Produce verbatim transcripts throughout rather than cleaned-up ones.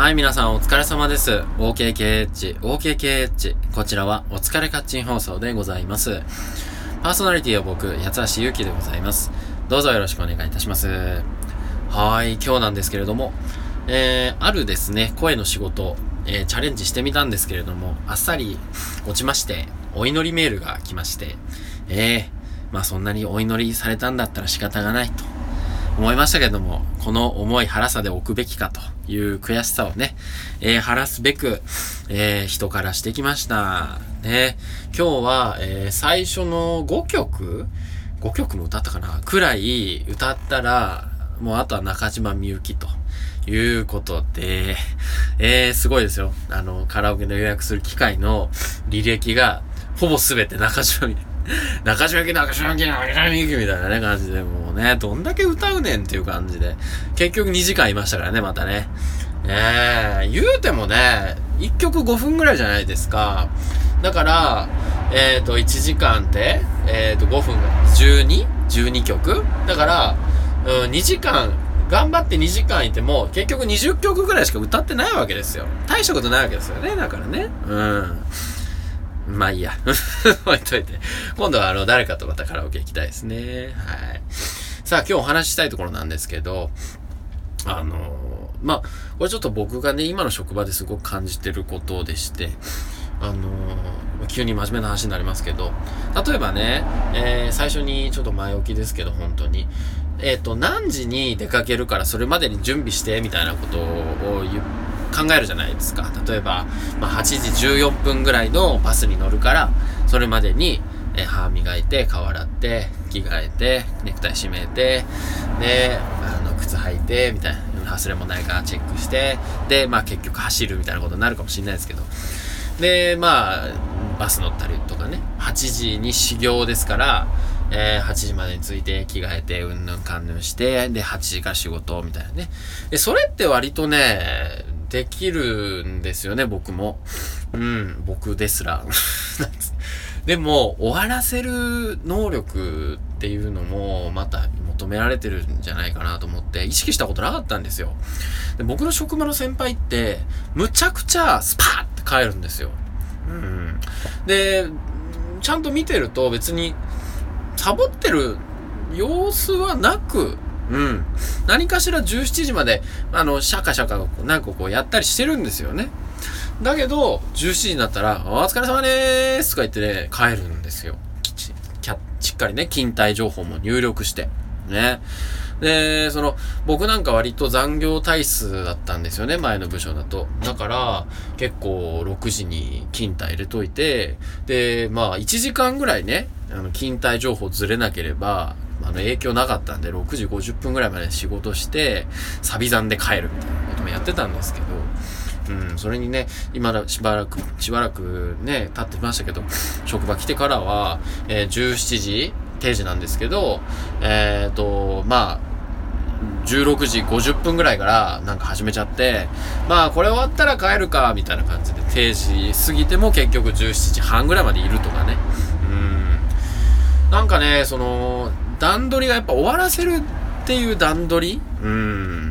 はい、皆さんお疲れ様です。オーケーケーエイチ、オーケーケーエイチ。こちらはお疲れカッチン放送でございます。パーソナリティは僕、八橋ゆうきでございます。どうぞよろしくお願いいたします。はい、今日なんですけれども、えー、あるですね、声の仕事、えー、チャレンジしてみたんですけれども、あっさり落ちまして、お祈りメールが来まして、えー、まあそんなにお祈りされたんだったら仕方がないと思いましたけれども、この重い腹さで置くべきかという悔しさをね、えー、晴らすべく、えー、人からしてきました。ね、今日は、えー、最初のごきょく ?ご 曲も歌ったかなくらい歌ったら、もうあとは中島みゆきということで、えー、すごいですよ。あの、カラオケの予約する機会の履歴が、ほぼすべて中島みゆき。中島みゆき、中島みゆき、中島みゆきみたいなね、感じで、もうね、どんだけ歌うねんっていう感じで、結局にじかんいましたからね、またね。えー、言うてもね、いっきょくごふんぐらいじゃないですか。だから、えっと、いちじかんって、えっと、ごふんがじゅうに?じゅうに 曲だから、うん、にじかん、頑張ってにじかんいても、結局にじゅっきょくぐらいしか歌ってないわけですよ。大したことないわけですよね、だからね。うん。まあいいや。置いといて。今度はあの、誰かとまたカラオケ行きたいですね。はい。さあ、今日お話ししたいところなんですけど、あのー、まあ、これちょっと僕がね、今の職場ですごく感じてることでして、あのー、急に真面目な話になりますけど、例えばね、えー、最初にちょっと前置きですけど、本当に、えっと、何時に出かけるからそれまでに準備して、みたいなことを言う、考えるじゃないですか。例えば、まあ、はちじじゅうよんぷんぐらいのバスに乗るから、それまでに、えー、歯磨いて、顔洗って、着替えて、ネクタイ締めて、で、あの、靴履いて、みたいな、忘れもないかチェックして、で、まあ結局走るみたいなことになるかもしれないですけど、で、まあ、バス乗ったりとかね、はちじに始業ですから、えー、はちじまでに着いて着替えてうんぬんかんぬんしてではちじから仕事みたいなね。でそれって割とねできるんですよね。僕もうん僕ですらでも終わらせる能力っていうのもまた求められてるんじゃないかなと思って意識したことなかったんですよ。で僕の職場の先輩ってむちゃくちゃスパーって帰るんですよ。うんでちゃんと見てると別にサボってる様子はなく、うん。何かしらじゅうしちじまで、あの、シャカシャカ、なんかこうやったりしてるんですよね。だけど、じゅうしちじになったら、お疲れ様でーすとか言ってね、帰るんですよ。きち、きゃ、しっかりね、勤怠情報も入力して。ね。で、その、僕なんか割と残業体数だったんですよね、前の部署だと。だから、結構ろくじに勤怠入れといて、で、まあ、いちじかんぐらいね、あの、勤怠情報ずれなければ、あの、影響なかったんで、ろくじごじゅっぷんぐらいまで仕事して、サビ残で帰るみたいなこともやってたんですけど、うん、それにね、今だ、しばらく、しばらくね、経ってましたけど、職場来てからは、えー、じゅうしちじ、定時なんですけど、えっと、まあ、じゅうろくじごじゅっぷんぐらいからなんか始めちゃって、まあこれ終わったら帰るか、みたいな感じで定時過ぎても結局じゅうしちじはんぐらいまでいるとかね。うん。なんかね、その、段取りがやっぱ終わらせるっていう段取りうん。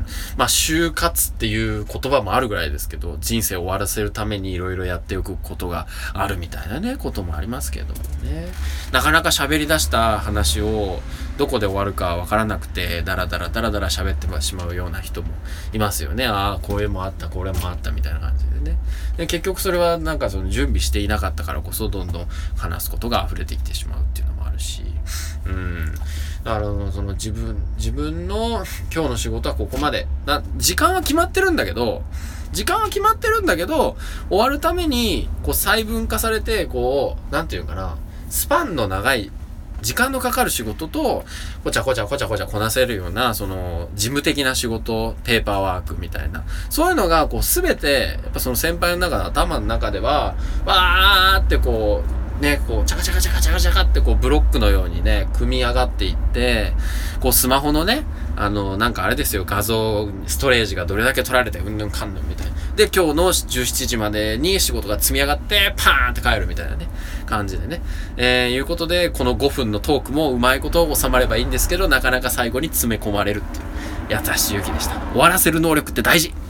まあ、就活っていう言葉もあるぐらいですけど、人生を終わらせるためにいろいろやっておくことがあるみたいなね、こともありますけどもね。なかなか喋り出した話をどこで終わるかわからなくて、だらだらだらだら喋ってしまうような人もいますよね。ああ、これもあった、これもあったみたいな感じでね。で、結局それはなんかその準備していなかったからこそ、どんどん話すことが溢れてきてしまうっていうのもあるし、うん。だからその自分、自分の今日の仕事はここまで。な、時間は決まってるんだけど、時間は決まってるんだけど、終わるために、こう細分化されて、こう、なんていうかな、スパンの長い、時間のかかる仕事と、こちゃこちゃこちゃこちゃこなせるような、その、事務的な仕事、ペーパーワークみたいな。そういうのが、こう、すべて、やっぱその先輩の中の頭の中では、わーってこう、ね、こう、チャカチャカチャカチャカチャカってこう、ブロックのようにね、組み上がっていって、こう、スマホのね、あの、なんかあれですよ、画像、ストレージがどれだけ取られて、うんぬんかんぬんみたいな。で、今日のじゅうしちじまでに仕事が積み上がって、パーンって帰るみたいなね、感じでね。えー、いうことで、このごふんのトークもうまいこと収まればいいんですけど、なかなか最後に詰め込まれるっていう、優しい勇気でした。終わらせる能力って大事。